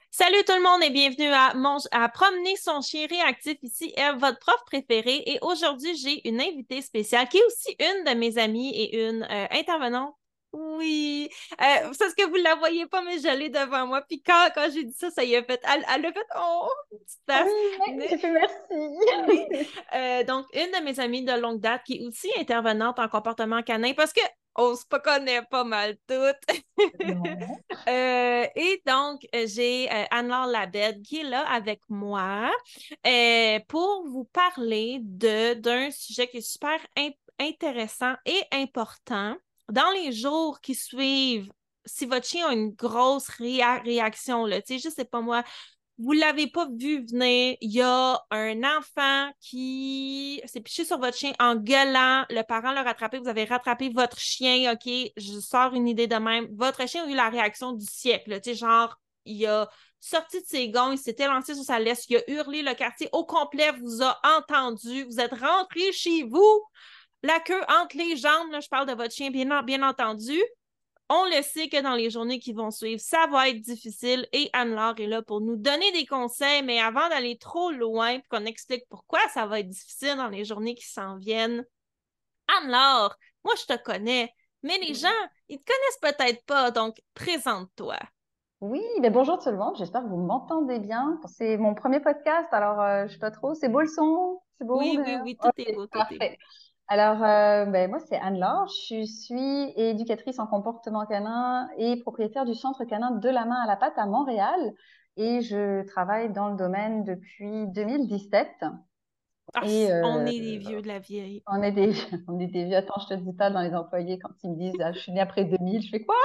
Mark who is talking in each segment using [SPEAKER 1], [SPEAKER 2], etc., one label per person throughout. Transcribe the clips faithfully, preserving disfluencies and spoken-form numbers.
[SPEAKER 1] Salut tout le monde et bienvenue à, mon, à Promener son chien réactif. Ici Eve, votre prof préférée. Et aujourd'hui, j'ai une invitée spéciale qui est aussi une de mes amies et une euh, intervenante. Oui, euh, c'est ce que vous ne la voyez pas, mais je l'ai devant moi. Puis quand, quand j'ai dit ça, ça y a fait. Elle, elle a fait oh, une petite
[SPEAKER 2] Oui,
[SPEAKER 1] face.
[SPEAKER 2] mais
[SPEAKER 1] Mais
[SPEAKER 2] j'ai fait
[SPEAKER 1] oui,
[SPEAKER 2] merci.
[SPEAKER 1] Euh, donc une de mes amies de longue date qui est aussi intervenante en comportement canin parce que on se connaît pas mal toutes.
[SPEAKER 2] Non.
[SPEAKER 1] Euh, et donc, euh, j'ai euh, Anne-Laure Labed qui est là avec moi euh, pour vous parler de, d'un sujet qui est super in- intéressant et important. Dans les jours qui suivent, si votre chien a une grosse réa- réaction, là, tu sais, je sais pas moi, vous ne l'avez pas vu venir. Il y a un enfant qui s'est piché sur votre chien en gueulant. Le parent l'a rattrapé. Vous avez rattrapé votre chien. OK, je sors une idée de même. Votre chien a eu la réaction du siècle. Tu sais, genre, il a sorti de ses gonds, il s'était lancé sur sa laisse, il a hurlé, le quartier au complet vous a entendu. Vous êtes rentré chez vous, la queue entre les jambes. Là, je parle de votre chien, bien, bien entendu. On le sait que dans les journées qui vont suivre, ça va être difficile et Anne-Laure est là pour nous donner des conseils, mais avant d'aller trop loin et qu'on explique pourquoi ça va être difficile dans les journées qui s'en viennent, Anne-Laure, moi je te connais, mais les gens, ils te connaissent peut-être pas, donc présente-toi.
[SPEAKER 2] Oui, ben bonjour tout le monde. J'espère que vous m'entendez bien. C'est mon premier podcast, alors euh, je sais pas trop. C'est beau le son? C'est beau
[SPEAKER 1] Oui, oui,
[SPEAKER 2] derrière?
[SPEAKER 1] oui, tout est
[SPEAKER 2] Ok,
[SPEAKER 1] beau, tout est
[SPEAKER 2] parfait.
[SPEAKER 1] beau.
[SPEAKER 2] Alors, euh, ben moi c'est Anne-Laure. Je suis éducatrice en comportement canin et propriétaire du centre canin De la main à la patte à Montréal. Et je travaille dans le domaine depuis deux mille dix-sept.
[SPEAKER 1] Ah,
[SPEAKER 2] Et
[SPEAKER 1] on
[SPEAKER 2] euh,
[SPEAKER 1] est des vieux de la vieille.
[SPEAKER 2] on est des, on est des vieux. Attends, je te dis pas dans les employés quand ils me disent ah, je suis née après deux mille. Je fais quoi?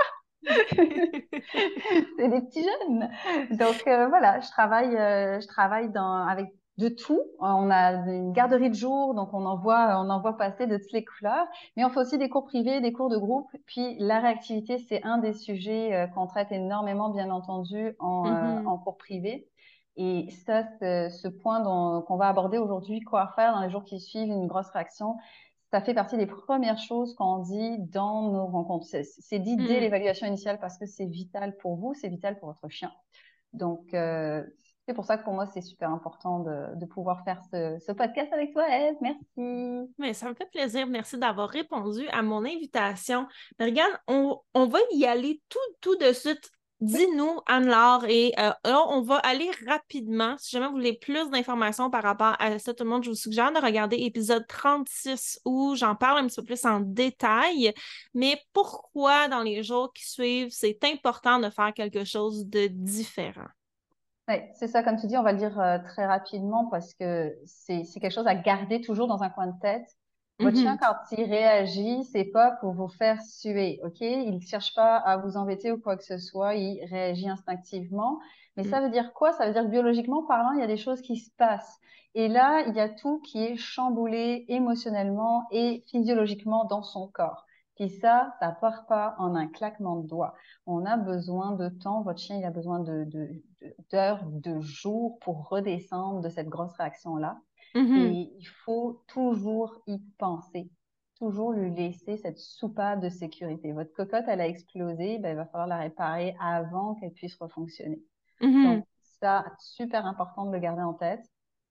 [SPEAKER 2] C'est des petits jeunes. Donc euh, voilà, je travaille, euh, je travaille dans, avec de tout. On a une garderie de jour, donc on en voit, on en voit passer de toutes les couleurs. Mais on fait aussi des cours privés, des cours de groupe. Puis la réactivité, c'est un des sujets euh, qu'on traite énormément, bien entendu, en, euh,
[SPEAKER 1] Mhm,
[SPEAKER 2] en cours privé. Et ça, c'est ce point dont, qu'on va aborder aujourd'hui, quoi faire dans les jours qui suivent une grosse réaction, ça fait partie des premières choses qu'on dit dans nos rencontres. C'est, c'est dit dès
[SPEAKER 1] mhm.
[SPEAKER 2] l'évaluation initiale parce que c'est vital pour vous, c'est vital pour votre chien. Donc, euh, c'est pour ça que pour moi, c'est super important de, de pouvoir faire ce, ce podcast avec toi, Eve. Merci.
[SPEAKER 1] Mais ça me fait plaisir. Merci d'avoir répondu à mon invitation. Mais regarde, on, on va y aller tout, tout de suite.
[SPEAKER 2] Oui.
[SPEAKER 1] Dis-nous, Anne-Laure, et euh, là, on va aller rapidement. Si jamais vous voulez plus d'informations par rapport à ça, tout le monde, je vous suggère de regarder épisode trente-six où j'en parle un petit peu plus en détail. Mais pourquoi, dans les jours qui suivent, c'est important de faire quelque chose de différent?
[SPEAKER 2] Ouais, c'est ça, comme tu dis, on va le dire euh, très rapidement parce que c'est c'est quelque chose à garder toujours dans un coin de tête. Votre chien,
[SPEAKER 1] Mhm,
[SPEAKER 2] quand il réagit, c'est pas pour vous faire suer, ok? Il cherche pas à vous embêter ou quoi que ce soit, il réagit instinctivement. Mais
[SPEAKER 1] mhm,
[SPEAKER 2] ça veut dire quoi? Ça veut dire que biologiquement parlant, il y a des choses qui se passent. Et là, il y a tout qui est chamboulé émotionnellement et physiologiquement dans son corps. Puis ça, ça part pas en un claquement de doigts. On a besoin de temps. Votre chien, il a besoin de, de, de- d'heures, de jours pour redescendre de cette grosse réaction-là.
[SPEAKER 1] mhm,
[SPEAKER 2] Et il faut toujours y penser. Toujours lui laisser cette soupape de sécurité. Votre cocotte, elle a explosé, ben, il va falloir la réparer avant qu'elle puisse refonctionner.
[SPEAKER 1] mhm,
[SPEAKER 2] Donc, ça, super important de le garder en tête.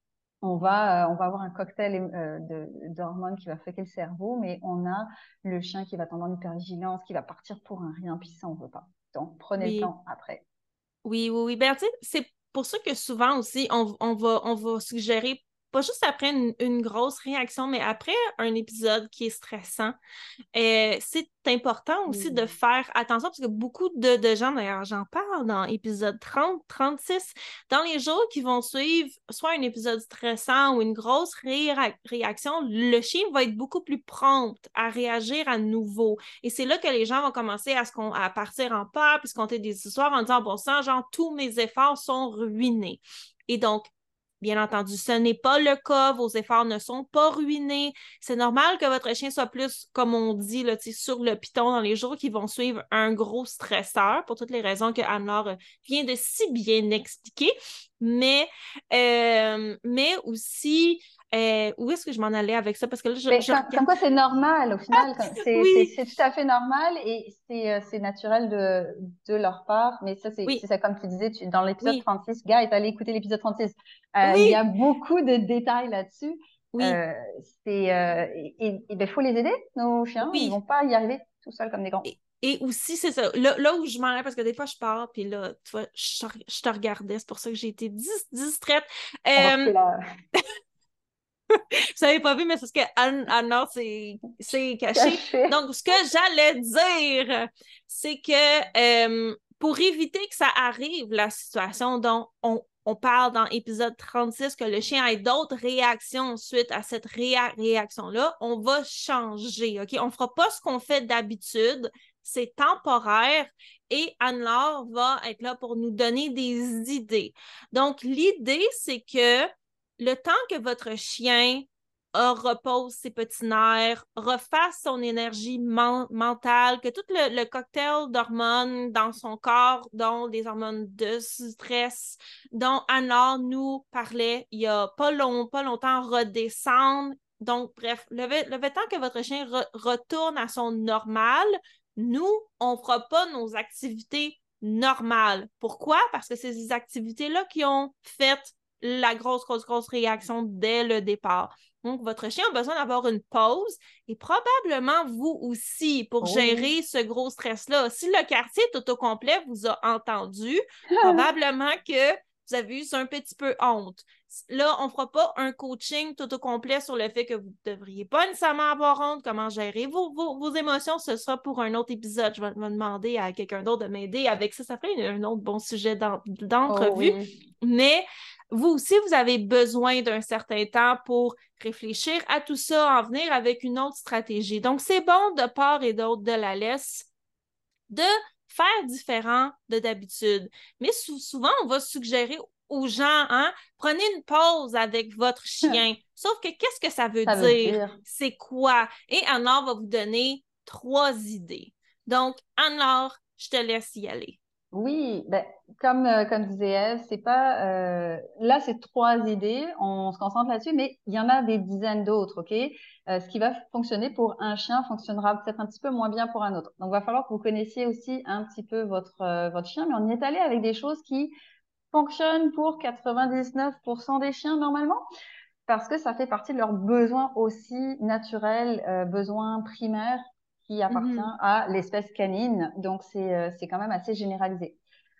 [SPEAKER 2] On va, euh, on va avoir un cocktail euh, de, d'hormones qui va fléquer le cerveau, mais on a le chien qui va tomber en hypervigilance, qui va partir pour un rien, puis ça, on veut pas. Donc, prenez le
[SPEAKER 1] oui.
[SPEAKER 2] temps après.
[SPEAKER 1] Oui, oui, oui. Ben, tu sais, c'est pour ça que souvent aussi, on, on va, on va suggérer, pas juste après une, une grosse réaction, mais après un épisode qui est stressant, euh, c'est important aussi de
[SPEAKER 2] Oui.
[SPEAKER 1] faire attention parce que beaucoup de, de gens, d'ailleurs, j'en parle dans épisode trente, trente-six, dans les jours qui vont suivre, soit un épisode stressant ou une grosse réa- réaction, le chien va être beaucoup plus prompt à réagir à nouveau. Et c'est là que les gens vont commencer à, se con- à partir en peur puis se compter des histoires en disant, bon sang, genre, tous mes efforts sont ruinés. Et donc, bien entendu, ce n'est pas le cas, vos efforts ne sont pas ruinés, c'est normal que votre chien soit plus, comme on dit, là, sur le piton dans les jours qui vont suivre un gros stresseur pour toutes les raisons que Anne-Laure vient de si bien expliquer. mais, euh, mais aussi, euh, où est-ce que je m'en allais avec ça? Parce que là, je,
[SPEAKER 2] Mais
[SPEAKER 1] je
[SPEAKER 2] comme, comme
[SPEAKER 1] regarde.
[SPEAKER 2] quoi c'est normal au final, comme- c'est c'est-
[SPEAKER 1] Oui,
[SPEAKER 2] c'est tout à fait normal et c'est euh, c'est naturel de, de leur part. Mais ça, c'est c'est
[SPEAKER 1] oui,
[SPEAKER 2] ça, comme tu disais, tu, dans l'épisode
[SPEAKER 1] oui,
[SPEAKER 2] trente-six, Guy est allé écouter l'épisode trente-six. Euh, il y a
[SPEAKER 1] oui,
[SPEAKER 2] beaucoup de détails là-dessus.
[SPEAKER 1] oui,
[SPEAKER 2] Euh, c'est euh, et, et, et ben, faut les aider, nos chiens. Ils
[SPEAKER 1] oui.
[SPEAKER 2] vont pas y arriver tout seuls comme des grands.
[SPEAKER 1] Et, et aussi, c'est ça, là, là où je m'en vais, parce que des fois, je pars, puis là, tu vois, je, te je te regardais, c'est pour ça que j'ai été dis- distraite.
[SPEAKER 2] On va
[SPEAKER 1] Euh,
[SPEAKER 2] couper la
[SPEAKER 1] Vous n'avez pas vu, mais c'est ce que Anne, Anna s'est s'est caché.
[SPEAKER 2] cachée.
[SPEAKER 1] Donc, ce que j'allais dire, c'est que euh, pour éviter que ça arrive, la situation dont on, on parle dans l'épisode trente-six, que le chien ait d'autres réactions suite à cette réa- réaction-là, on va changer, OK? On ne fera pas ce qu'on fait d'habitude. C'est temporaire et Anne-Laure va être là pour nous donner des idées. Donc, l'idée, c'est que le temps que votre chien euh, repose ses petits nerfs, refasse son énergie men- mentale, que tout le, le cocktail d'hormones dans son corps, dont des hormones de stress, dont Anna nous parlait il y a pas, long, pas longtemps, redescendre. Donc, bref, le, le temps que votre chien re- retourne à son normal, nous, on ne fera pas nos activités normales. Pourquoi? Parce que c'est ces activités-là qui ont fait la grosse, grosse, grosse réaction dès le départ. Donc, votre chien a besoin d'avoir une pause et probablement vous aussi pour
[SPEAKER 2] Oui.
[SPEAKER 1] gérer ce gros stress-là. Si le quartier tout au complet vous a entendu, probablement que vous avez eu un petit peu honte. Là, on ne fera pas un coaching tout au complet sur le fait que vous ne devriez pas nécessairement avoir honte, comment gérer vos, vos, vos émotions. Ce sera pour un autre épisode. Je vais, vais demander à quelqu'un d'autre de m'aider avec ça. Ça ferait un autre bon sujet
[SPEAKER 2] Oh
[SPEAKER 1] d'entrevue.
[SPEAKER 2] oui.
[SPEAKER 1] Mais vous aussi, vous avez besoin d'un certain temps pour réfléchir à tout ça, en venir avec une autre stratégie. Donc, c'est bon de part et d'autre de la laisse de faire différent de d'habitude. Mais sou- souvent, on va suggérer aux gens, hein, prenez une pause avec votre chien. Sauf que qu'est-ce que ça veut
[SPEAKER 2] Ça veut
[SPEAKER 1] dire?
[SPEAKER 2] dire.
[SPEAKER 1] C'est quoi? Et Anne-Laure va vous donner trois idées. Donc, Anne-Laure, je te laisse y aller.
[SPEAKER 2] Oui, ben, comme, euh, comme disait Ève, c'est pas, euh, là, c'est trois idées, on se concentre là-dessus, mais il y en a des dizaines d'autres, ok? Euh, ce qui va fonctionner pour un chien fonctionnera peut-être un petit peu moins bien pour un autre. Donc, il va falloir que vous connaissiez aussi un petit peu votre, euh, votre chien, mais on y est allé avec des choses qui fonctionnent pour quatre-vingt-dix-neuf pour cent des chiens normalement, parce que ça fait partie de leurs besoins aussi naturels, euh, besoins primaires qui appartient
[SPEAKER 1] Mhm.
[SPEAKER 2] à l'espèce canine. Donc, c'est, euh, c'est quand même assez généralisé.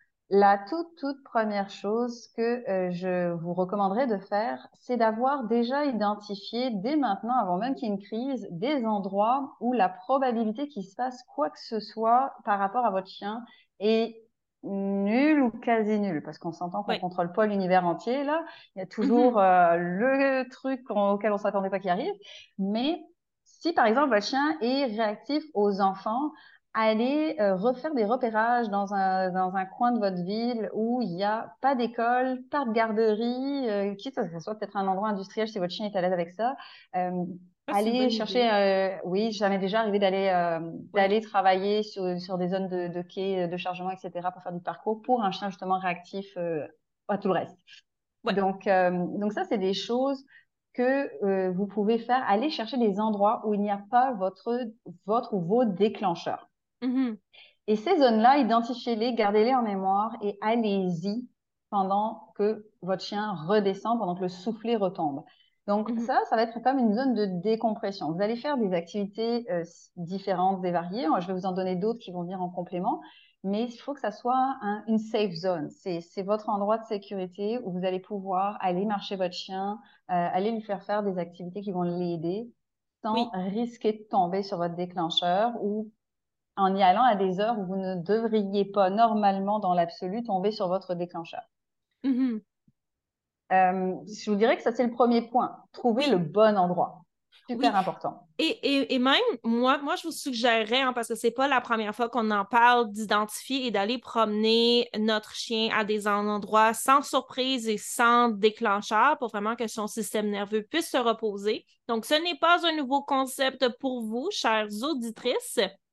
[SPEAKER 2] La toute, toute première chose que euh, je vous recommanderais de faire, c'est d'avoir déjà identifié dès maintenant, avant même qu'il y ait une crise, des endroits où la probabilité qu'il se passe quoi que ce soit par rapport à votre chien est nulle ou quasi nulle, parce qu'on s'entend qu'on
[SPEAKER 1] Oui.
[SPEAKER 2] contrôle pas l'univers entier, là. Il y a toujours
[SPEAKER 1] Mhm.
[SPEAKER 2] euh, le truc auquel on s'attendait pas qui arrive. Mais si, par exemple, votre chien est réactif aux enfants, aller euh, refaire des repérages dans un, dans un coin de votre ville où il n'y a pas d'école, pas de garderie, euh, quitte à ce que ce soit peut-être un endroit industriel si votre chien est à l'aise avec ça. Euh,
[SPEAKER 1] Ah, c'est une
[SPEAKER 2] aller
[SPEAKER 1] bonne
[SPEAKER 2] chercher,
[SPEAKER 1] idée.
[SPEAKER 2] euh, oui, ça m'est déjà arrivé d'aller euh,
[SPEAKER 1] Oui.
[SPEAKER 2] d'aller travailler sur, sur des zones de, de quais, de chargement, et cetera pour faire du parcours pour un chien justement réactif euh, à tout le reste.
[SPEAKER 1] Ouais.
[SPEAKER 2] Donc, euh, donc ça, c'est des choses que euh, vous pouvez faire. Aller chercher des endroits où il n'y a pas votre, votre ou vos déclencheurs.
[SPEAKER 1] Mhm.
[SPEAKER 2] Et ces zones-là, identifiez-les, gardez-les en mémoire et allez-y pendant que votre chien redescend, pendant que le soufflet retombe. Donc
[SPEAKER 1] Mhm.
[SPEAKER 2] ça, ça va être comme une zone de décompression. Vous allez faire des activités euh, différentes et variées. Je vais vous en donner d'autres qui vont venir en complément, mais il faut que ça soit un, une safe zone. C'est, c'est votre endroit de sécurité où vous allez pouvoir aller marcher votre chien, euh, aller lui faire faire des activités qui vont l'aider sans
[SPEAKER 1] Oui.
[SPEAKER 2] risquer de tomber sur votre déclencheur ou en y allant à des heures où vous ne devriez pas normalement dans l'absolu tomber sur votre déclencheur.
[SPEAKER 1] Mhm.
[SPEAKER 2] Euh, je vous dirais que ça, c'est le premier point. Trouver le
[SPEAKER 1] Oui.
[SPEAKER 2] bon endroit.
[SPEAKER 1] Oui.
[SPEAKER 2] Super important.
[SPEAKER 1] Et, et, et même, moi, moi, je vous suggérerais, hein, parce que c'est pas la première fois qu'on en parle, d'identifier et d'aller promener notre chien à des endroits sans surprise et sans déclencheur pour vraiment que son système nerveux puisse se reposer. Donc, ce n'est pas un nouveau concept pour vous, chères auditrices.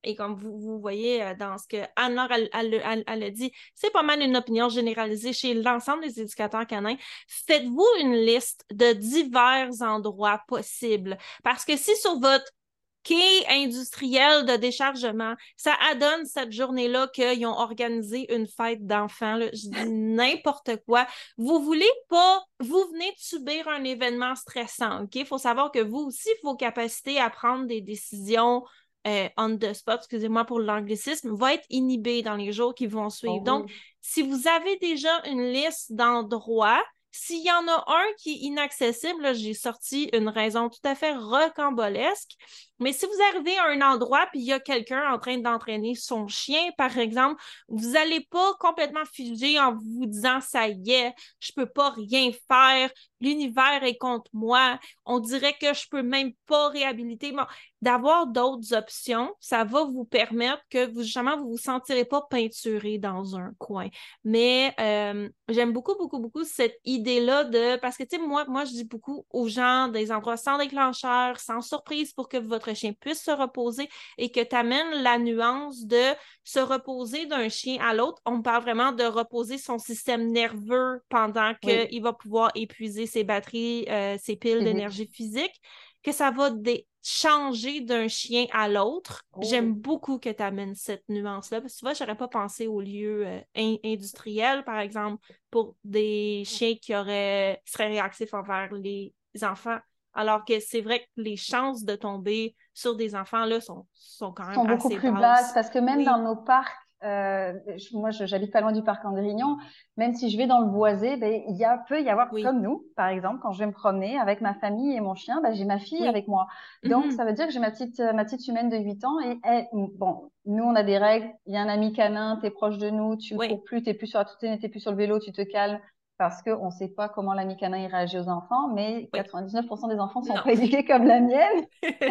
[SPEAKER 1] et comme vous, vous voyez euh, dans ce que Anne-Laure, elle, elle, elle, elle a dit, c'est pas mal une opinion généralisée chez l'ensemble des éducateurs canins. Faites-vous une liste de divers endroits possibles. Parce que si sur votre quai industriel de déchargement, ça adonne cette journée-là qu'ils ont organisé une fête d'enfants, là. Je dis n'importe quoi. Vous voulez pas, vous venez de subir un événement stressant, OK? Il faut savoir que vous aussi, vos capacités à prendre des décisions euh, on the spot, excusez-moi pour l'anglicisme, va être inhibée dans les jours qui vont
[SPEAKER 2] Oh
[SPEAKER 1] suivre. Donc,
[SPEAKER 2] oui.
[SPEAKER 1] si vous avez déjà une liste d'endroits, s'il y en a un qui est inaccessible, là, j'ai sorti une raison tout à fait rocambolesque. Mais si vous arrivez à un endroit puis il y a quelqu'un en train d'entraîner son chien, par exemple, vous n'allez pas complètement figer en vous disant ça y est, je peux pas rien faire, l'univers est contre moi, on dirait que je peux même pas réhabiliter. Bon, d'avoir d'autres options, ça va vous permettre que vous, justement, vous vous sentirez pas peinturé dans un coin. Mais euh, j'aime beaucoup, beaucoup, beaucoup cette idée-là de... Parce que, tu sais, moi, moi, je dis beaucoup aux gens des endroits sans déclencheur, sans surprise pour que votre chien puisse se reposer et que tu amènes la nuance de se reposer d'un chien à l'autre. On parle vraiment de reposer son système nerveux pendant
[SPEAKER 2] Oui,
[SPEAKER 1] qu'il va pouvoir épuiser ses batteries, euh, ses piles
[SPEAKER 2] physique.
[SPEAKER 1] d'énergie physique, que ça va dé- changer d'un chien à l'autre.
[SPEAKER 2] Oh
[SPEAKER 1] J'aime
[SPEAKER 2] oui.
[SPEAKER 1] beaucoup que tu amènes cette nuance-là. Parce que tu vois, j'aurais pas pensé au lieu euh, in- industriel, par exemple, pour des chiens qui auraient qui seraient réactifs envers les enfants. Alors que c'est vrai que les chances de tomber sur des enfants là sont, sont quand même
[SPEAKER 2] Sont beaucoup
[SPEAKER 1] assez
[SPEAKER 2] plus basses
[SPEAKER 1] basses.
[SPEAKER 2] parce que même dans
[SPEAKER 1] Oui,
[SPEAKER 2] nos parcs, euh, je- moi je- j'habite pas loin du parc Andrignon, même si je vais dans le boisé, ben, il y a, peut y avoir,
[SPEAKER 1] oui,
[SPEAKER 2] comme nous, par exemple, quand je vais me promener avec ma famille et mon chien, ben, j'ai ma fille
[SPEAKER 1] oui.
[SPEAKER 2] avec moi. Donc
[SPEAKER 1] Mhm.
[SPEAKER 2] ça veut dire que j'ai ma petite, euh, ma petite humaine de huit ans et elle, bon, nous on a des règles, il y a un ami canin, t'es proche de nous, tu ne
[SPEAKER 1] Oui,
[SPEAKER 2] cours plus, t'es plus sur la tutelle, t'es plus sur le vélo, tu te calmes. Parce qu'on ne sait pas comment l'ami canin il réagit aux enfants, mais
[SPEAKER 1] oui.
[SPEAKER 2] quatre-vingt-dix-neuf pour cent des enfants ne sont
[SPEAKER 1] Non.
[SPEAKER 2] pas éduqués comme la mienne.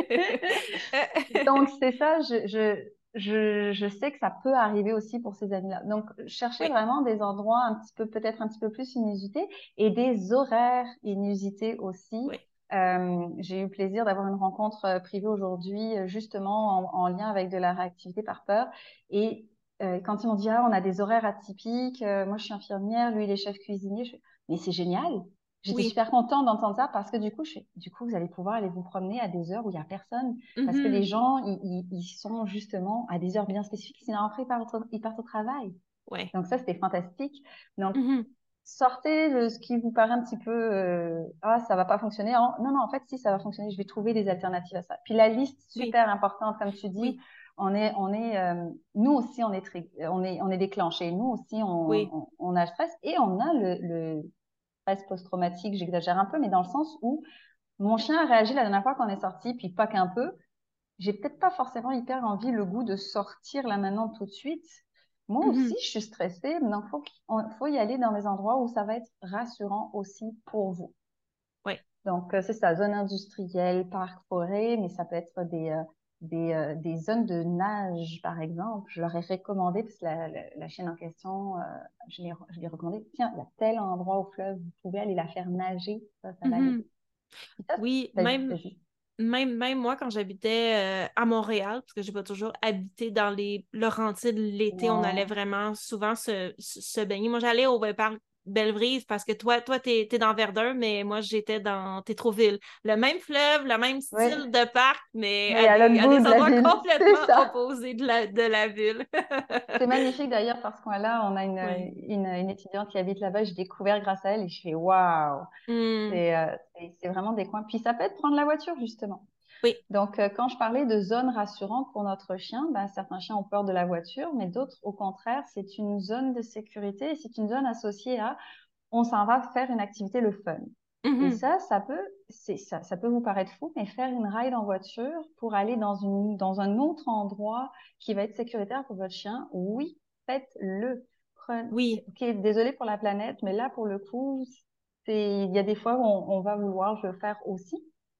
[SPEAKER 2] Donc, c'est ça, je, je, je, je sais que ça peut arriver aussi pour ces amis-là. Donc, cherchez
[SPEAKER 1] Oui,
[SPEAKER 2] vraiment des endroits un petit peu, peut-être un petit peu plus inusités et des horaires inusités aussi.
[SPEAKER 1] oui,
[SPEAKER 2] Euh, j'ai eu le plaisir d'avoir une rencontre euh, privée aujourd'hui, euh, justement en, en lien avec de la réactivité par peur. Et euh, quand ils m'ont dit, ah, on a des horaires atypiques, euh, moi je suis infirmière, lui il est chef cuisinier, je fais, mais c'est génial. J'étais
[SPEAKER 1] oui.
[SPEAKER 2] super contente d'entendre ça parce que du coup, je fais, du coup, vous allez pouvoir aller vous promener à des heures où il y a personne. Parce que les
[SPEAKER 1] Mhm.
[SPEAKER 2] gens, ils, ils, ils sont justement à des heures bien spécifiques, sinon après, ils partent, au- ils partent au travail.
[SPEAKER 1] Oui.
[SPEAKER 2] Donc ça, c'était fantastique. Donc,
[SPEAKER 1] Mhm.
[SPEAKER 2] sortez de ce qui vous paraît un petit peu, euh, ah, ça va pas fonctionner. En- Non, non, en fait, si, ça va fonctionner. Je vais trouver des alternatives à ça. Puis la liste,
[SPEAKER 1] Oui,
[SPEAKER 2] super importante, comme tu dis,
[SPEAKER 1] oui,
[SPEAKER 2] on est, on est, euh, nous aussi, on est, tri- on est, on est déclenché. Nous aussi, on,
[SPEAKER 1] oui.
[SPEAKER 2] on, on a le stress et on a le, le stress post-traumatique. J'exagère un peu, mais dans le sens où mon chien a réagi la dernière fois qu'on est sorti, puis pas qu'un peu. J'ai peut-être pas forcément hyper envie, le goût de sortir là maintenant tout de suite. Moi aussi,
[SPEAKER 1] Mhm.
[SPEAKER 2] je suis stressée, donc faut qu'il faut y aller dans des endroits où ça va être rassurant aussi pour vous.
[SPEAKER 1] Oui.
[SPEAKER 2] Donc, euh, c'est ça, zone industrielle, parc, forêt, mais ça peut être des, euh, des, euh, des zones de nage, par exemple. Je leur ai recommandé, parce que la, la, la chienne en question, euh, je l'ai je l'ai recommandé, tiens, il y a tel endroit au fleuve, vous pouvez aller la faire nager, ça, ça va
[SPEAKER 1] Mhm.
[SPEAKER 2] l'aider. Puis ça,
[SPEAKER 1] Oui,
[SPEAKER 2] vas-y,
[SPEAKER 1] même,
[SPEAKER 2] vas-y.
[SPEAKER 1] même, même moi, quand j'habitais euh, à Montréal, parce que j'ai pas toujours habité dans les Laurentides l'été, on allait
[SPEAKER 2] Non.
[SPEAKER 1] vraiment souvent se, se, se baigner. Moi, j'allais au parc Belleville parce que toi, toi, t'es, t'es dans Verdun, mais moi, j'étais dans Tétroville. Le même fleuve, le même
[SPEAKER 2] Oui,
[SPEAKER 1] style de parc, mais
[SPEAKER 2] mais
[SPEAKER 1] à
[SPEAKER 2] à l'autre
[SPEAKER 1] des, à
[SPEAKER 2] bout
[SPEAKER 1] des
[SPEAKER 2] de la
[SPEAKER 1] endroits
[SPEAKER 2] ville, c'est
[SPEAKER 1] complètement
[SPEAKER 2] ça.
[SPEAKER 1] opposés de la, de la ville.
[SPEAKER 2] C'est magnifique d'ailleurs parce qu'on là, on a une,
[SPEAKER 1] Oui.
[SPEAKER 2] une, une étudiante qui habite là-bas. J'ai découvert grâce à elle et je fais waouh.
[SPEAKER 1] Hmm.
[SPEAKER 2] C'est euh, c'est c'est vraiment des coins. Puis ça peut être prendre la voiture justement.
[SPEAKER 1] Oui.
[SPEAKER 2] Donc euh, quand je parlais de zone rassurante pour notre chien, ben, certains chiens ont peur de la voiture, mais d'autres au contraire, c'est une zone de sécurité et c'est une zone associée à on s'en va faire une activité le fun. Et
[SPEAKER 1] Mhm.
[SPEAKER 2] ça, ça peut, c'est, ça, ça peut vous paraître fou, mais faire une ride en voiture pour aller dans une, dans un autre endroit qui va être sécuritaire pour votre chien, oui, faites-le. Prenez,
[SPEAKER 1] Oui.
[SPEAKER 2] ok, désolé pour la planète, mais là, pour le coup, c'est, il y a des fois où on, on va vouloir le faire aussi.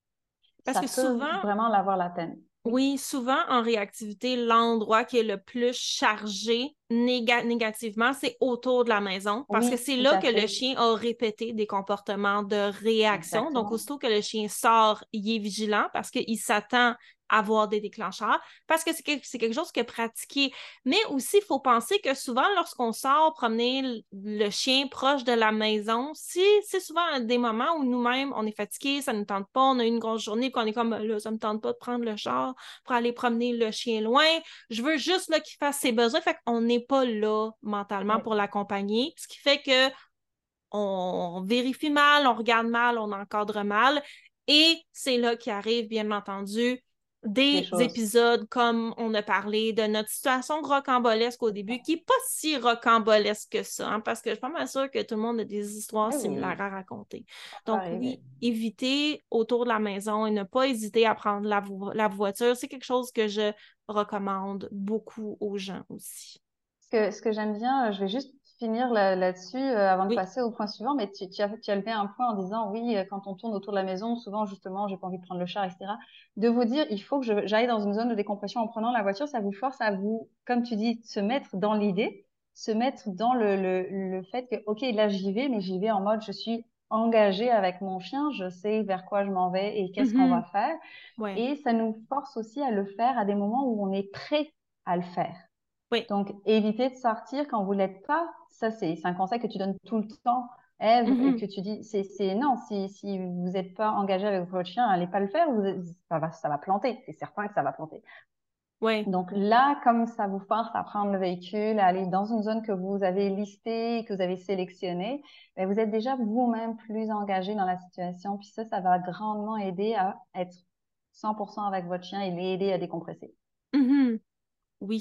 [SPEAKER 1] Parce
[SPEAKER 2] Ça
[SPEAKER 1] que
[SPEAKER 2] peut
[SPEAKER 1] souvent,
[SPEAKER 2] vraiment l'avoir la peine. Oui,
[SPEAKER 1] oui, souvent en réactivité, l'endroit qui est le plus chargé néga- négativement, c'est autour de la maison parce que
[SPEAKER 2] oui,
[SPEAKER 1] c'est
[SPEAKER 2] tout
[SPEAKER 1] là
[SPEAKER 2] à
[SPEAKER 1] que le
[SPEAKER 2] fait.
[SPEAKER 1] chien a répété des comportements de réaction. Donc,
[SPEAKER 2] Exactement.
[SPEAKER 1] aussitôt que le chien sort, il est vigilant parce qu'il s'attend avoir des déclencheurs parce que c'est quelque, c'est quelque chose que pratiquer. Mais aussi, il faut penser que souvent, lorsqu'on sort promener le chien proche de la maison, si c'est souvent des moments où nous-mêmes, on est fatigué, ça ne nous tente pas, on a eu une grosse journée, qu'on est comme là, ça ne me tente pas de prendre le char pour aller promener le chien loin. Je veux juste là, qu'il fasse ses besoins. Fait qu'on n'est pas là mentalement
[SPEAKER 2] Oui.
[SPEAKER 1] pour l'accompagner. Ce qui fait que on vérifie mal, on regarde mal, on encadre mal. Et c'est là qu'arrive, bien entendu,
[SPEAKER 2] Des
[SPEAKER 1] des
[SPEAKER 2] choses.
[SPEAKER 1] épisodes comme on a parlé de notre situation rocambolesque au début, qui n'est pas si rocambolesque que ça, hein, parce que je suis pas mal sûre que tout le monde a des histoires
[SPEAKER 2] Oui, oui,
[SPEAKER 1] similaires à raconter.
[SPEAKER 2] ça peut
[SPEAKER 1] Donc oui,
[SPEAKER 2] arriver.
[SPEAKER 1] éviter autour de la maison et ne pas hésiter à prendre la, vo la voiture, c'est quelque chose que je recommande beaucoup aux gens aussi.
[SPEAKER 2] Ce que, ce que j'aime bien, euh, je vais juste finir là, là-dessus euh, avant de
[SPEAKER 1] Oui.
[SPEAKER 2] passer au point suivant, mais tu, tu as, tu as levé un point en disant, oui, euh, quand on tourne autour de la maison, souvent, justement, j'ai pas envie de prendre le char, et cetera. De vous dire, il faut que je- j'aille dans une zone de décompression en prenant la voiture, ça vous force à vous, comme tu dis, se mettre dans l'idée, se mettre dans le, le, le fait que, OK, là, j'y vais, mais j'y vais en mode, je suis engagée avec mon chien, je sais vers quoi je m'en vais et qu'est-ce qu'on va
[SPEAKER 1] Mhm.
[SPEAKER 2] faire.
[SPEAKER 1] Ouais.
[SPEAKER 2] Et ça nous force aussi à le faire à des moments où on est prêt à le faire.
[SPEAKER 1] Oui.
[SPEAKER 2] Donc, évitez de sortir quand vous l'êtes pas. Ça, c'est c'est un conseil que tu donnes tout le temps, Ève, et
[SPEAKER 1] Mhm.
[SPEAKER 2] que tu dis, c'est c'est non, si, si vous n'êtes pas engagé avec votre chien, allez pas le faire, vous, ça va, ça va planter. C'est certain que ça va planter.
[SPEAKER 1] Ouais.
[SPEAKER 2] Donc là, comme ça vous force à prendre le véhicule, à aller dans une zone que vous avez listée, que vous avez sélectionnée, ben vous êtes déjà vous-même plus engagé dans la situation. Puis ça, ça va grandement aider à être cent pour cent avec votre chien et l'aider à décompresser.
[SPEAKER 1] Mhm. Oui.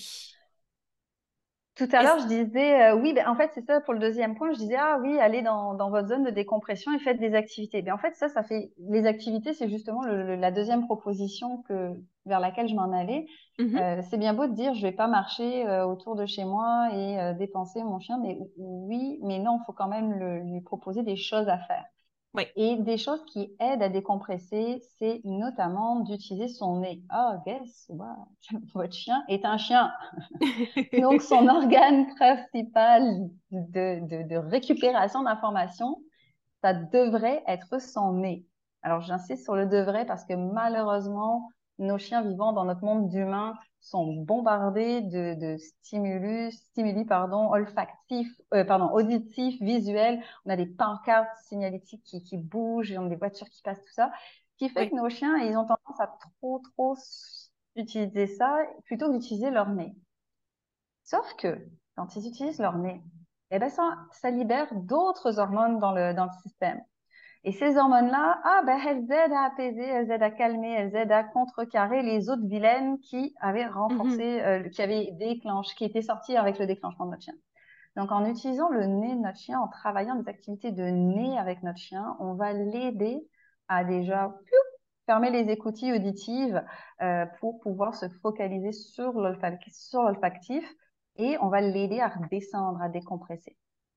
[SPEAKER 2] Tout à l'heure,
[SPEAKER 1] Est-ce-
[SPEAKER 2] je disais, euh, oui, ben, en fait, c'est ça pour le deuxième point. Je disais, ah oui, allez dans, dans votre zone de décompression et faites des activités. Ben, en fait, ça, ça fait, les activités, c'est justement le- le- la deuxième proposition que, vers laquelle je m'en allais.
[SPEAKER 1] Mhm.
[SPEAKER 2] Euh, c'est bien beau de dire, je vais pas marcher euh, autour de chez moi et euh, dépenser mon chien, mais oui, mais non, il faut quand même le- lui proposer des choses à faire.
[SPEAKER 1] Oui.
[SPEAKER 2] Et des choses qui aident à décompresser, c'est notamment d'utiliser son nez. Oh, guess what? Votre chien est un chien. Donc, son organe principal de, de, de récupération d'informations, ça devrait être son nez. Alors, j'insiste sur le devrait parce que malheureusement, nos chiens vivant dans notre monde d'humains sont bombardés de, de stimulus, stimuli, pardon, olfactifs, euh, pardon, auditifs, visuels. On a des pancartes signalétiques qui, qui bougent, et on a des voitures qui passent, tout ça. Ce qui fait
[SPEAKER 1] Oui.
[SPEAKER 2] que nos chiens, ils ont tendance à trop, trop utiliser ça plutôt que d'utiliser leur nez. Sauf que quand ils utilisent leur nez, eh ben ça, ça libère d'autres hormones dans le, dans le système. Et ces hormones-là, ah ben, elles aident à apaiser, elles aident à calmer, elles aident à contrecarrer les autres vilaines qui avaient
[SPEAKER 1] Mhm.
[SPEAKER 2] renforcé, euh, qui avaient déclenché, qui étaient sorties avec le déclenchement de notre chien. Donc, en utilisant le nez de notre chien, en travaillant des activités de nez avec notre chien, on va l'aider à déjà piou, fermer les écoutilles auditives euh, pour pouvoir se focaliser sur l'olfactif et on va l'aider à redescendre, à décompresser.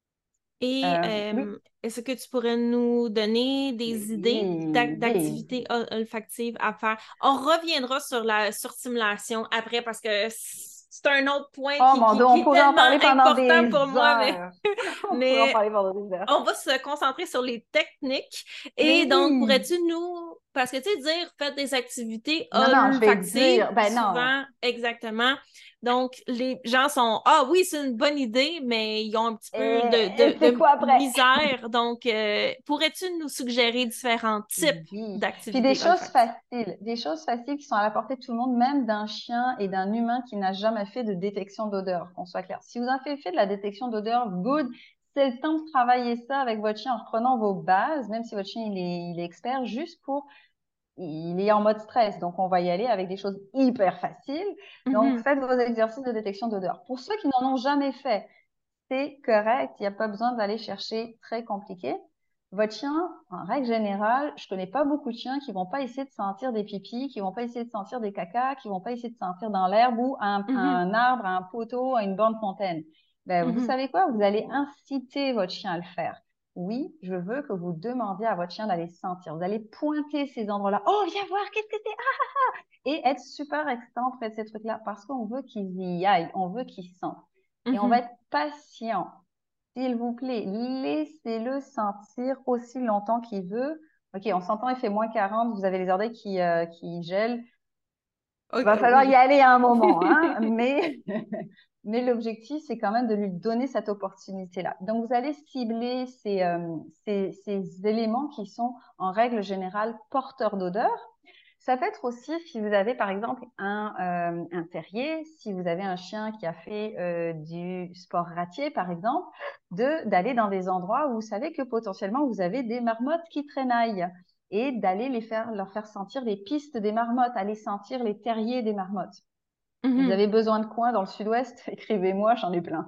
[SPEAKER 1] Et
[SPEAKER 2] Euh, oui,
[SPEAKER 1] euh, est-ce que tu pourrais nous donner
[SPEAKER 2] oui,
[SPEAKER 1] des idées d'ac-
[SPEAKER 2] oui.
[SPEAKER 1] d'activités ol- olfactives à faire? On reviendra sur la surstimulation après parce que c'est un autre point
[SPEAKER 2] Oh
[SPEAKER 1] qui,
[SPEAKER 2] mon
[SPEAKER 1] qui,
[SPEAKER 2] Dieu,
[SPEAKER 1] qui
[SPEAKER 2] on
[SPEAKER 1] est
[SPEAKER 2] pourrait en
[SPEAKER 1] tellement
[SPEAKER 2] parler pendant
[SPEAKER 1] important
[SPEAKER 2] des
[SPEAKER 1] pour moi, mais,
[SPEAKER 2] heures. On pourrait en
[SPEAKER 1] mais
[SPEAKER 2] parler pendant des heures.
[SPEAKER 1] on va se concentrer sur les techniques.
[SPEAKER 2] Mais
[SPEAKER 1] Et donc,
[SPEAKER 2] oui.
[SPEAKER 1] pourrais-tu nous, parce que tu sais, dire faites des activités
[SPEAKER 2] Non, non, je vais
[SPEAKER 1] olfactives,
[SPEAKER 2] dire, ben non.
[SPEAKER 1] souvent, exactement. Donc, les gens sont ah oui, c'est une bonne idée, mais ils ont un petit peu
[SPEAKER 2] Et,
[SPEAKER 1] de,
[SPEAKER 2] et
[SPEAKER 1] de,
[SPEAKER 2] c'est
[SPEAKER 1] de
[SPEAKER 2] quoi après?
[SPEAKER 1] misère. Donc, euh, pourrais-tu nous suggérer différents types
[SPEAKER 2] Oui. Puis des
[SPEAKER 1] d'activités
[SPEAKER 2] choses
[SPEAKER 1] olfactives?
[SPEAKER 2] faciles, des choses faciles qui sont à la portée de tout le monde, même d'un chien et d'un humain qui n'a jamais fait de détection d'odeur, qu'on soit clair. Si vous avez fait de la détection d'odeur, good, c'est le temps de travailler ça avec votre chien en reprenant vos bases, même si votre chien il est, il est expert, juste pour, il est en mode stress. Donc, on va y aller avec des choses hyper faciles. Donc,
[SPEAKER 1] Mhm,
[SPEAKER 2] faites vos exercices de détection d'odeur. Pour ceux qui n'en ont jamais fait, c'est correct. Il n'y a pas besoin d'aller chercher très compliqué. Votre chien, en règle générale, je connais pas beaucoup de chiens qui vont pas essayer de sentir des pipis, qui vont pas essayer de sentir des cacas, qui vont pas essayer de sentir dans l'herbe ou un,
[SPEAKER 1] mhm,
[SPEAKER 2] un arbre, un poteau, une bande fontaine. Ben, vous
[SPEAKER 1] mhm,
[SPEAKER 2] savez quoi? Vous allez inciter votre chien à le faire. Oui, je veux que vous demandiez à votre chien d'aller sentir. Vous allez pointer ces endroits-là. Oh, viens voir, qu'est-ce que c'est? Ah! Et être super excitant auprès de ces trucs-là parce qu'on veut qu'ils y aillent, on veut qu'ils sentent. Et on va
[SPEAKER 1] mhm.
[SPEAKER 2] être patient. S'il vous plaît, laissez-le sentir aussi longtemps qu'il veut. OK, on s'entend, il fait moins quarante, vous avez les oreilles qui, euh, qui gèlent.
[SPEAKER 1] Ok,
[SPEAKER 2] Va falloir y
[SPEAKER 1] oui.
[SPEAKER 2] aller à un moment, hein, mais, mais l'objectif, c'est quand même de lui donner cette opportunité-là. Donc, vous allez cibler ces, euh, ces, ces éléments qui sont, en règle générale, porteurs d'odeur. Ça peut être aussi si vous avez, par exemple, un, euh, un terrier, si vous avez un chien qui a fait euh, du sport ratier, par exemple, de d'aller dans des endroits où vous savez que potentiellement, vous avez des marmottes qui traînaillent et d'aller les faire, leur faire sentir les pistes des marmottes, aller sentir les terriers des marmottes. Vous
[SPEAKER 1] Mhm.
[SPEAKER 2] avez besoin de coins dans le sud-ouest? Écrivez-moi, j'en ai plein.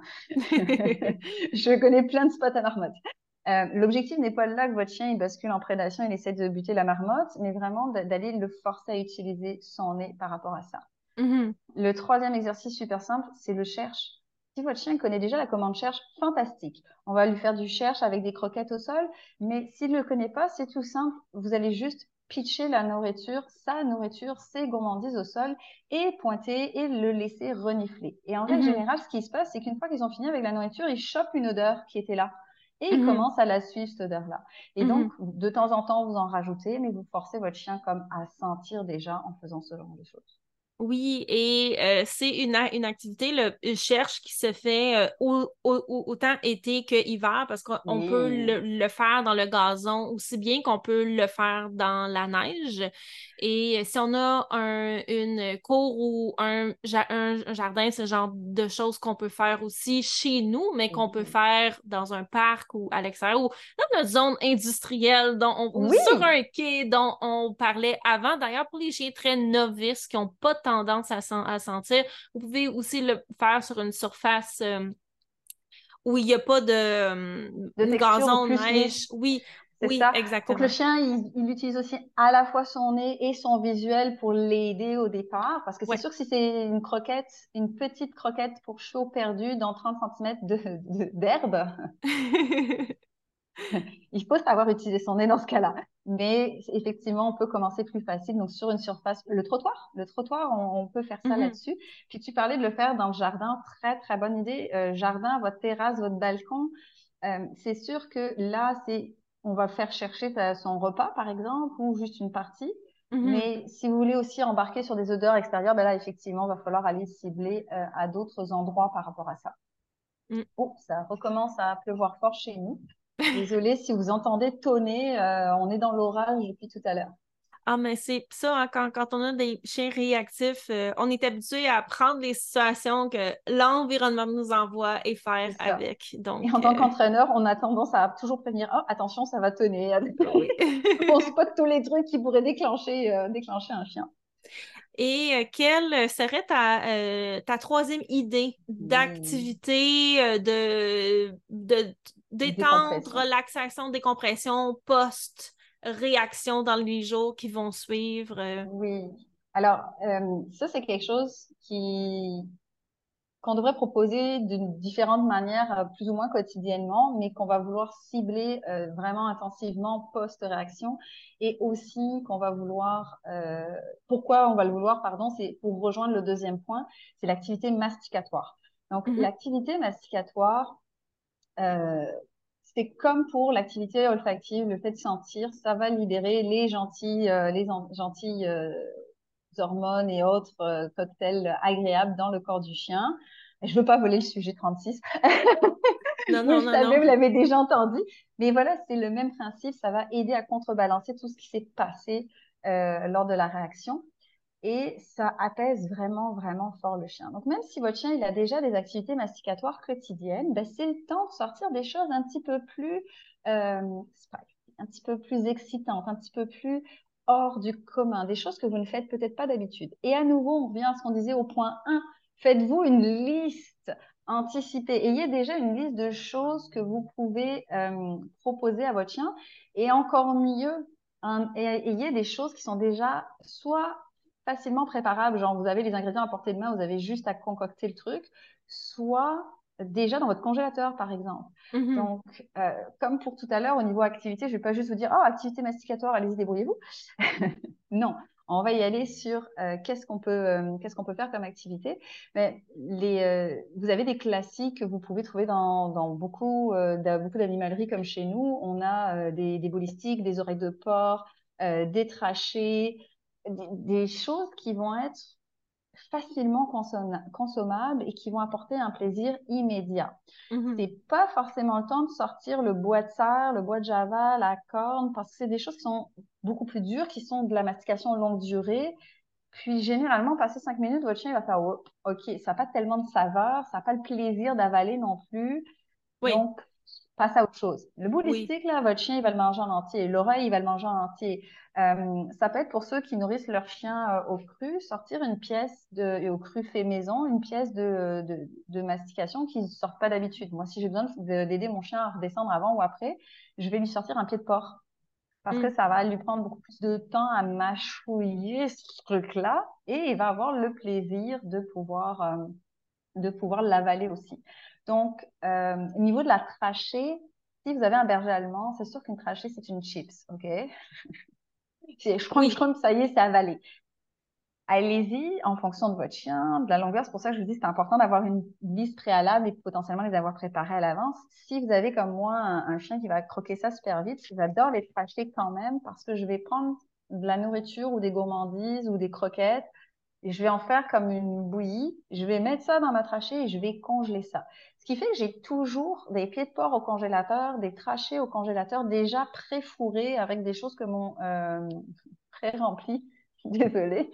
[SPEAKER 2] Je connais plein de spots à marmottes. Euh, l'objectif n'est pas là que votre chien il bascule en prédation, il essaie de buter la marmotte, mais vraiment d'aller le forcer à utiliser son nez par rapport à ça.
[SPEAKER 1] Mhm.
[SPEAKER 2] Le troisième exercice super simple, c'est le cherche. Si votre chien connaît déjà la commande cherche, fantastique. On va lui faire du cherche avec des croquettes au sol, mais s'il ne le connaît pas, c'est tout simple. Vous allez juste pitcher la nourriture, sa nourriture, ses gourmandises au sol et pointer et le laisser renifler. Et en règle
[SPEAKER 1] Mhm.
[SPEAKER 2] générale, ce qui se passe, c'est qu'une fois qu'ils ont fini avec la nourriture, ils chopent une odeur qui était là. Et ils
[SPEAKER 1] Mhm.
[SPEAKER 2] commencent à la suivre, cette odeur-là. Et donc,
[SPEAKER 1] Mhm.
[SPEAKER 2] de temps en temps, vous en rajoutez, mais vous forcez votre chien comme à sentir déjà en faisant ce genre de choses.
[SPEAKER 1] Oui, et euh, c'est une, a- une activité, le, le cherche qui se fait euh, au- au- au- autant été que hiver parce qu'on on peut
[SPEAKER 2] Oui.
[SPEAKER 1] le, le faire dans le gazon aussi bien qu'on peut le faire dans la neige. Et si on a un, une cour ou un, ja- un, un jardin, c'est le genre de choses qu'on peut faire aussi chez nous, mais qu'on peut
[SPEAKER 2] Oui.
[SPEAKER 1] faire dans un parc ou à l'extérieur ou dans notre zone industrielle dont on, ou sur
[SPEAKER 2] Oui.
[SPEAKER 1] un quai dont on parlait avant. D'ailleurs, pour les chiens très novices qui n'ont pas tendance à, sen- à sentir, vous pouvez aussi le faire sur une surface euh, où il n'y a pas de euh,
[SPEAKER 2] De texture
[SPEAKER 1] gazon,
[SPEAKER 2] plus
[SPEAKER 1] neige.
[SPEAKER 2] lisse.
[SPEAKER 1] Oui,
[SPEAKER 2] C'est
[SPEAKER 1] oui,
[SPEAKER 2] ça. Faut que le
[SPEAKER 1] exactement.
[SPEAKER 2] chien, il, il utilise aussi à la fois son nez et son visuel pour l'aider au départ. Parce que c'est
[SPEAKER 1] Ouais.
[SPEAKER 2] sûr que si c'est une croquette, une petite croquette pour chiot perdu dans trente centimètres de, de- d'herbe, il faut savoir utiliser son nez dans ce cas-là. Mais effectivement, on peut commencer plus facile. Donc, sur une surface, le trottoir, le trottoir, on, on peut faire ça
[SPEAKER 1] Mhm,
[SPEAKER 2] là-dessus. Puis, tu parlais de le faire dans le jardin. Très, très bonne idée. Euh, jardin, votre terrasse, votre balcon. Euh, c'est sûr que là, c'est, on va faire chercher sa- son repas, par exemple, ou juste une partie.
[SPEAKER 1] mhm,
[SPEAKER 2] Mais si vous voulez aussi embarquer sur des odeurs extérieures, ben là, effectivement, il va falloir aller cibler euh, à d'autres endroits par rapport à ça.
[SPEAKER 1] mm.
[SPEAKER 2] Oh, ça recommence à pleuvoir fort chez nous. Désolée si vous entendez tonner, euh, on est dans l'orage depuis tout à l'heure.
[SPEAKER 1] Ah, mais c'est ça, hein, quand, quand on a des chiens réactifs, euh, on est habitué à prendre les situations que l'environnement nous envoie et faire
[SPEAKER 2] C'est ça.
[SPEAKER 1] avec.
[SPEAKER 2] Et
[SPEAKER 1] Donc,
[SPEAKER 2] en tant
[SPEAKER 1] euh,
[SPEAKER 2] qu'entraîneur, on a tendance à toujours prévenir, oh, attention, ça va tonner.
[SPEAKER 1] oui.
[SPEAKER 2] On spot tous les trucs qui pourraient déclencher, euh, déclencher un chien.
[SPEAKER 1] Et euh, quelle serait ta, euh, ta troisième idée
[SPEAKER 2] Oui.
[SPEAKER 1] d'activité euh, de, de détente,
[SPEAKER 2] Décompression.
[SPEAKER 1] relaxation, décompression, post-réaction dans les jours qui vont suivre? euh?
[SPEAKER 2] Oui. Alors, euh, ça, c'est quelque chose qui, qu'on devrait proposer d'une différente manière, euh, plus ou moins quotidiennement, mais qu'on va vouloir cibler euh, vraiment intensivement post-réaction et aussi qu'on va vouloir, euh, pourquoi on va le vouloir, pardon, c'est pour rejoindre le deuxième point, c'est l'activité masticatoire. Donc,
[SPEAKER 1] Mhm,
[SPEAKER 2] l'activité masticatoire, euh, c'est comme pour l'activité olfactive, le fait de sentir, ça va libérer les gentils, euh, les en- gentils euh, hormones et autres euh, cocktails agréables dans le corps du chien. Je veux pas voler le sujet trente-six.
[SPEAKER 1] non,
[SPEAKER 2] Vous
[SPEAKER 1] non,
[SPEAKER 2] le
[SPEAKER 1] non,
[SPEAKER 2] savez,
[SPEAKER 1] non.
[SPEAKER 2] vous l'avez déjà entendu. Mais voilà, c'est le même principe. Ça va aider à contrebalancer tout ce qui s'est passé euh, lors de la réaction. Et ça apaise vraiment, vraiment fort le chien. Donc, même si votre chien, il a déjà des activités masticatoires quotidiennes, ben, c'est le temps de sortir des choses un petit peu plus, euh, spicy, un petit peu plus excitantes, un petit peu plus hors du commun, des choses que vous ne faites peut-être pas d'habitude. Et à nouveau, on revient à ce qu'on disait au point un. Faites-vous une liste anticipée. Ayez déjà une liste de choses que vous pouvez euh, proposer à votre chien. Et encore mieux, un, ayez des choses qui sont déjà soit facilement préparables, genre vous avez les ingrédients à portée de main, vous avez juste à concocter le truc, soit déjà dans votre congélateur, par exemple.
[SPEAKER 1] Mhm.
[SPEAKER 2] Donc, euh, comme pour tout à l'heure, au niveau activité, je vais pas juste vous dire, oh, activité masticatoire, allez-y, débrouillez-vous. Non, on va y aller sur euh, qu'est-ce qu'on peut, euh, qu'est-ce qu'on peut faire comme activité. Mais les, euh, vous avez des classiques que vous pouvez trouver dans, dans beaucoup, euh, dans beaucoup d'animaleries comme chez nous. On a euh, des, des bolistiques, des oreilles de porc, euh, des trachées, des, des choses qui vont être facilement consom- consommables et qui vont apporter un plaisir immédiat.
[SPEAKER 1] Mhm.
[SPEAKER 2] C'est pas forcément le temps de sortir le bois de serre, le bois de java, la corne, parce que c'est des choses qui sont beaucoup plus dures, qui sont de la mastication longue durée. Puis généralement, passé cinq minutes, votre chien il va faire oh, OK, ça n'a pas tellement de saveur, ça n'a pas le plaisir d'avaler non plus.
[SPEAKER 1] Oui,
[SPEAKER 2] Donc, passe à autre chose. Le bout des
[SPEAKER 1] oui.
[SPEAKER 2] sticks, là, votre chien, il va le manger en entier. L'oreille, il va le manger en entier. Euh, ça peut être pour ceux qui nourrissent leur chien euh, au cru, sortir une pièce de, et au cru fait maison, une pièce de, de, de mastication qui ne sortent pas d'habitude. Moi, si j'ai besoin de- d'aider mon chien à redescendre avant ou après, je vais lui sortir un pied de porc parce que
[SPEAKER 1] Mm.
[SPEAKER 2] ça va lui prendre beaucoup plus de temps à mâchouiller ce truc-là et il va avoir le plaisir de pouvoir, euh, de pouvoir l'avaler aussi. Donc, euh, au niveau de la trachée, si vous avez un berger allemand, c'est sûr qu'une trachée, c'est une chips, OK? C'est- Je crois, je
[SPEAKER 1] Oui,
[SPEAKER 2] crois que ça y est, c'est avalé. Allez-y en fonction de votre chien, de la longueur. C'est pour ça que je vous dis, c'est important d'avoir une liste préalable et potentiellement les avoir préparés à l'avance. Si vous avez comme moi un, un chien qui va croquer ça super vite, j'adore les tracher quand même parce que je vais prendre de la nourriture ou des gourmandises ou des croquettes et je vais en faire comme une bouillie. Je vais mettre ça dans ma trachée et je vais congeler ça. Ce qui fait que j'ai toujours des pieds de porc au congélateur, des trachées au congélateur déjà pré-fourrés avec des choses que mon euh, pré-rempli, désolée,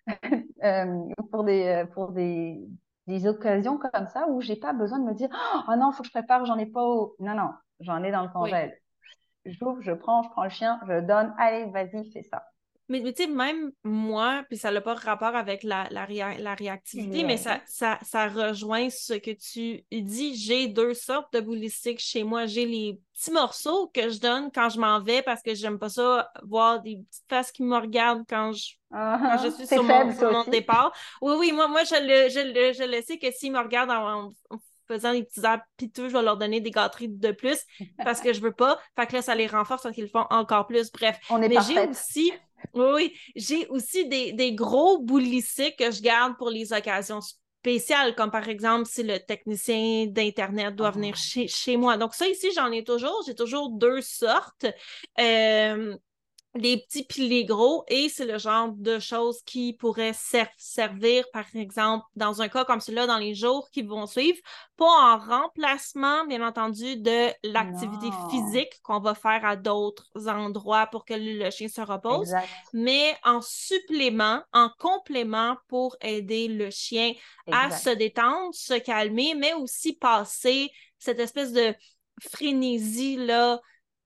[SPEAKER 2] euh, pour des, euh, pour des, des occasions comme ça où j'ai pas besoin de me dire oh non, faut que je prépare, j'en ai pas au... Non, non, j'en ai dans le
[SPEAKER 1] oui.
[SPEAKER 2] congèle. J'ouvre, je prends, je prends le chien, je le donne, allez, vas-y, fais ça.
[SPEAKER 1] Mais, mais tu sais, même moi, puis ça n'a pas rapport avec la, la, réa- la réactivité, mais ça,
[SPEAKER 2] Ouais.
[SPEAKER 1] ça, ça rejoint ce que tu dis. J'ai deux sortes de boulistiques chez moi. J'ai les petits morceaux que je donne quand je m'en vais parce que j'aime pas ça voir des petites faces qui me regardent quand je, quand je
[SPEAKER 2] Uh-huh.
[SPEAKER 1] suis
[SPEAKER 2] C'est
[SPEAKER 1] sur mon,
[SPEAKER 2] faible,
[SPEAKER 1] sur
[SPEAKER 2] ça
[SPEAKER 1] mon
[SPEAKER 2] aussi.
[SPEAKER 1] départ. Oui, oui, moi, moi je, le, je, le, je le sais que s'ils me regardent en, en faisant des petits airs piteux, je vais leur donner des gâteries de plus parce que je veux pas. Fait que là, ça les renforce parce qu'ils le font encore plus. Bref.
[SPEAKER 2] On est
[SPEAKER 1] Mais j'ai
[SPEAKER 2] parfaite.
[SPEAKER 1] aussi oui, oui. J'ai aussi des, des gros boulissiques que je garde pour les occasions spéciales, comme par exemple si le technicien d'Internet doit venir
[SPEAKER 2] Oh,
[SPEAKER 1] chez, chez moi. Donc ça, ici, j'en ai toujours. J'ai toujours deux sortes. Euh, les petits puis les gros, et c'est le genre de choses qui pourraient ser- servir, par exemple, dans un cas comme celui-là, dans les jours qui vont suivre, pas en remplacement, bien entendu, de l'activité
[SPEAKER 2] non.
[SPEAKER 1] physique qu'on va faire à d'autres endroits pour que le chien se repose,
[SPEAKER 2] Exact,
[SPEAKER 1] mais en supplément, en complément pour aider le chien à se
[SPEAKER 2] exact.
[SPEAKER 1] détendre, se calmer, mais aussi passer cette espèce de frénésie-là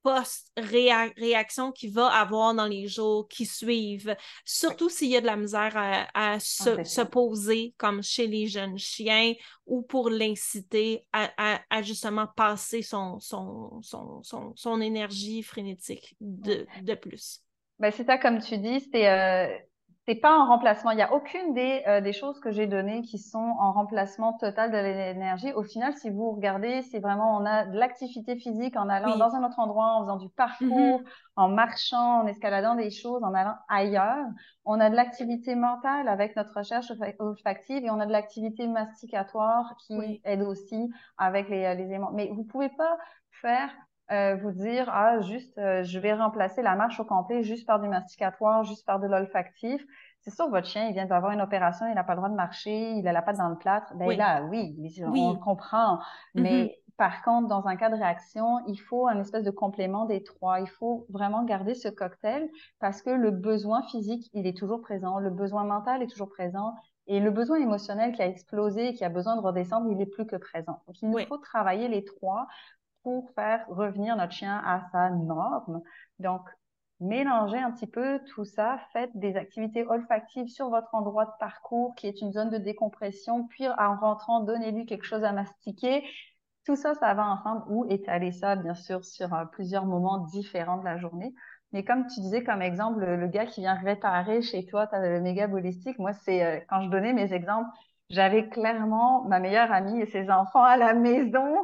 [SPEAKER 1] post-réaction qu'il va avoir dans les jours qui suivent,
[SPEAKER 2] Oui.
[SPEAKER 1] surtout s'il y a de la misère à, à
[SPEAKER 2] Ah,
[SPEAKER 1] se,
[SPEAKER 2] c'est
[SPEAKER 1] se
[SPEAKER 2] sûr.
[SPEAKER 1] poser comme chez les jeunes chiens ou pour l'inciter à, à, à justement passer son, son, son, son, son énergie frénétique de, de plus.
[SPEAKER 2] Ben, c'est ça, comme tu dis, c'est euh, c'est pas en remplacement. Il y a aucune des, euh, des choses que j'ai données qui sont en remplacement total de l'énergie. Au final, si vous regardez, c'est vraiment, on a de l'activité physique en allant
[SPEAKER 1] Oui.
[SPEAKER 2] dans un autre endroit, en faisant du parcours,
[SPEAKER 1] Mhm.
[SPEAKER 2] en marchant, en escaladant des choses, en allant ailleurs. On a de l'activité mentale avec notre recherche olfa- olfactive et on a de l'activité masticatoire qui
[SPEAKER 1] Oui.
[SPEAKER 2] aide aussi avec les, les aimants. Mais vous pouvez pas faire euh, vous dire, ah, juste, euh, je vais remplacer la marche au complet juste par du masticatoire, juste par de l'olfactif. C'est sûr, votre chien, il vient d'avoir une opération, il n'a pas le droit de marcher, il a la patte dans le plâtre. Ben
[SPEAKER 1] Oui.
[SPEAKER 2] là, oui, on le
[SPEAKER 1] Oui.
[SPEAKER 2] comprend.
[SPEAKER 1] Mhm.
[SPEAKER 2] Mais par contre, dans un cas de réaction, il faut un espèce de complément des trois. Il faut vraiment garder ce cocktail parce que le besoin physique, il est toujours présent, le besoin mental est toujours présent. Et le besoin émotionnel qui a explosé, qui a besoin de redescendre, il est plus que présent. Donc, il nous
[SPEAKER 1] Oui.
[SPEAKER 2] faut travailler les trois pour faire revenir notre chien à sa norme. Donc, mélangez un petit peu tout ça, faites des activités olfactives sur votre endroit de parcours qui est une zone de décompression, puis en rentrant, donnez-lui quelque chose à mastiquer. Tout ça, ça va ensemble ou étaler ça, bien sûr, sur euh, plusieurs moments différents de la journée. Mais comme tu disais, comme exemple, le, le gars qui vient réparer chez toi, tu as le méga ballistique. Moi, c'est euh, quand je donnais mes exemples, j'avais clairement ma meilleure amie et ses enfants à la maison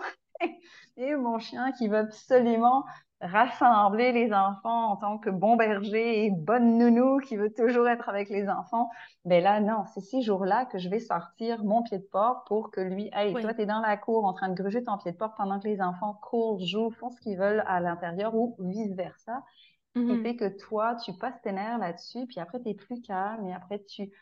[SPEAKER 2] et mon chien qui veut absolument rassembler les enfants en tant que bon berger et bonne nounou qui veut toujours être avec les enfants. Ben là, non, c'est ces jours-là que je vais sortir mon pied de porc pour que lui, hey, toi,
[SPEAKER 1] Oui.
[SPEAKER 2] t'es dans la cour en train de gruger ton pied de porc pendant que les enfants courent, jouent, font ce qu'ils veulent à l'intérieur ou vice-versa. Ce qui
[SPEAKER 1] Mhm.
[SPEAKER 2] fait que toi, tu passes tes nerfs là-dessus, puis après, t'es plus calme et après, tu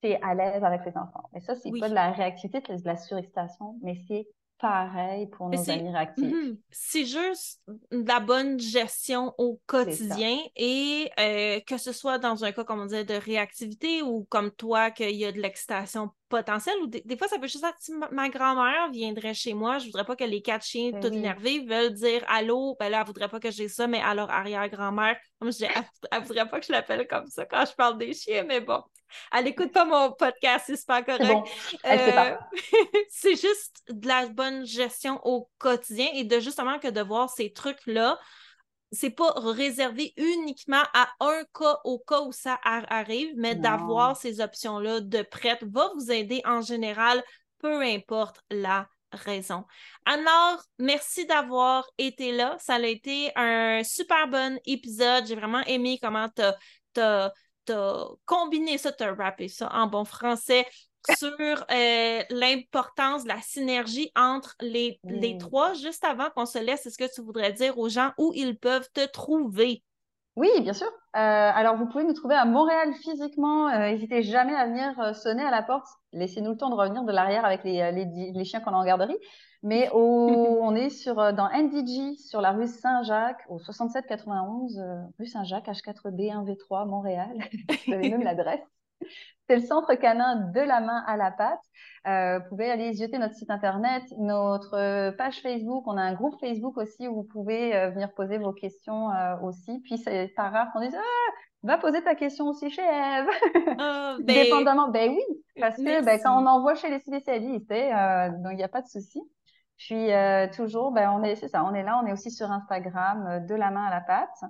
[SPEAKER 2] tu es à l'aise avec les enfants. Mais ça, c'est
[SPEAKER 1] Oui.
[SPEAKER 2] pas de la réactivité, c'est de la surexcitation, mais c'est pareil pour
[SPEAKER 1] Mais
[SPEAKER 2] nos
[SPEAKER 1] c'est
[SPEAKER 2] amis réactifs.
[SPEAKER 1] mhm. C'est juste de la bonne gestion au
[SPEAKER 2] C'est ça.
[SPEAKER 1] quotidien et euh, que ce soit dans un cas, comme on disait, de réactivité ou comme toi, qu'il y a de l'excitation potentielle ou des, des fois, ça peut juste être si ma, ma grand-mère viendrait chez moi, je voudrais pas que les quatre chiens
[SPEAKER 2] Ben
[SPEAKER 1] tout
[SPEAKER 2] oui,
[SPEAKER 1] énervés veulent dire allô, ben là, elle voudrait pas que j'ai ça, mais à leur arrière-grand-mère, comme je dis, elle, elle voudrait pas que je l'appelle comme ça quand je parle des chiens, mais bon, elle écoute pas mon podcast, c'est super
[SPEAKER 2] c'est
[SPEAKER 1] correct.
[SPEAKER 2] bon. Elle sait
[SPEAKER 1] Euh,
[SPEAKER 2] pas.
[SPEAKER 1] c'est juste de la bonne gestion au quotidien et de justement que de voir ces trucs-là, c'est pas réservé uniquement à un cas au cas où ça arrive, mais d'avoir
[SPEAKER 2] Non.
[SPEAKER 1] ces options-là de prête va vous aider en général, peu importe la raison. Alors, merci d'avoir été là. Ça a été un super bon épisode. J'ai vraiment aimé comment t'as, t'as, t'as combiné ça, t'as rappé ça en bon français sur euh, l'importance de la synergie entre les, les
[SPEAKER 2] Oui.
[SPEAKER 1] trois. Juste avant qu'on se laisse, est-ce que tu voudrais dire aux gens où ils peuvent te trouver?
[SPEAKER 2] Oui, bien sûr. Euh, alors, vous pouvez nous trouver à Montréal physiquement. Euh, N'hésitez jamais à venir euh, sonner à la porte. Laissez-nous le temps de revenir de l'arrière avec les, euh, les, di- les chiens qu'on a en garderie. Mais au- on est sur, euh, dans N D G, sur la rue Saint-Jacques, au soixante-sept quatre-vingt-onze, euh, rue Saint-Jacques, H quatre D un V trois, Montréal. Vous avez même l'adresse. C'est le centre canin de la main à la patte. Euh, vous pouvez aller jeter notre site internet, notre euh, page Facebook. On a un groupe Facebook aussi où vous pouvez euh, venir poser vos questions euh, aussi. Puis c'est pas rare qu'on dise ah, va poser ta question aussi chez Eve.
[SPEAKER 1] Ah, ben,
[SPEAKER 2] Dépendamment, ben oui, parce que ben, quand on
[SPEAKER 1] merci.
[SPEAKER 2] envoie chez les spécialistes, euh, donc il n'y a pas de souci. Puis euh, toujours, ben on est, c'est ça, on est là, on est aussi sur Instagram, euh, de la main à la patte.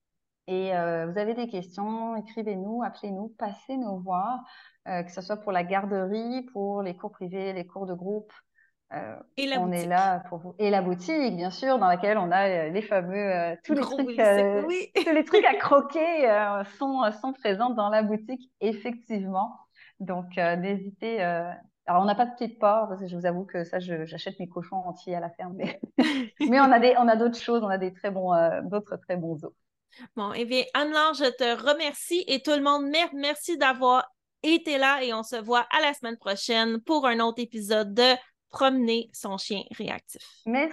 [SPEAKER 2] Et euh, vous avez des questions, écrivez-nous, appelez-nous, passez nous voir, euh, que ce soit pour la garderie, pour les cours privés, les cours de groupe. Euh,
[SPEAKER 1] Et la
[SPEAKER 2] on est
[SPEAKER 1] boutique.
[SPEAKER 2] là pour vous. Et la boutique, bien sûr, dans laquelle on a euh, les fameux, euh, tous les
[SPEAKER 1] Gros
[SPEAKER 2] trucs,
[SPEAKER 1] basic,
[SPEAKER 2] euh,
[SPEAKER 1] oui.
[SPEAKER 2] tous les trucs à croquer euh, sont, sont présents dans la boutique, effectivement. Donc, euh, n'hésitez. Euh... Alors, on n'a pas de petite porc, parce que je vous avoue que ça, je- j'achète mes cochons entiers à la ferme. Mais, mais on a des, on a d'autres choses, on a des très bons, euh, d'autres très bons os.
[SPEAKER 1] Bon, eh bien, Anne-Laure, je te remercie et tout le monde, merci d'avoir été là et on se voit à la semaine prochaine pour un autre épisode de Promener son chien réactif.
[SPEAKER 2] Merci.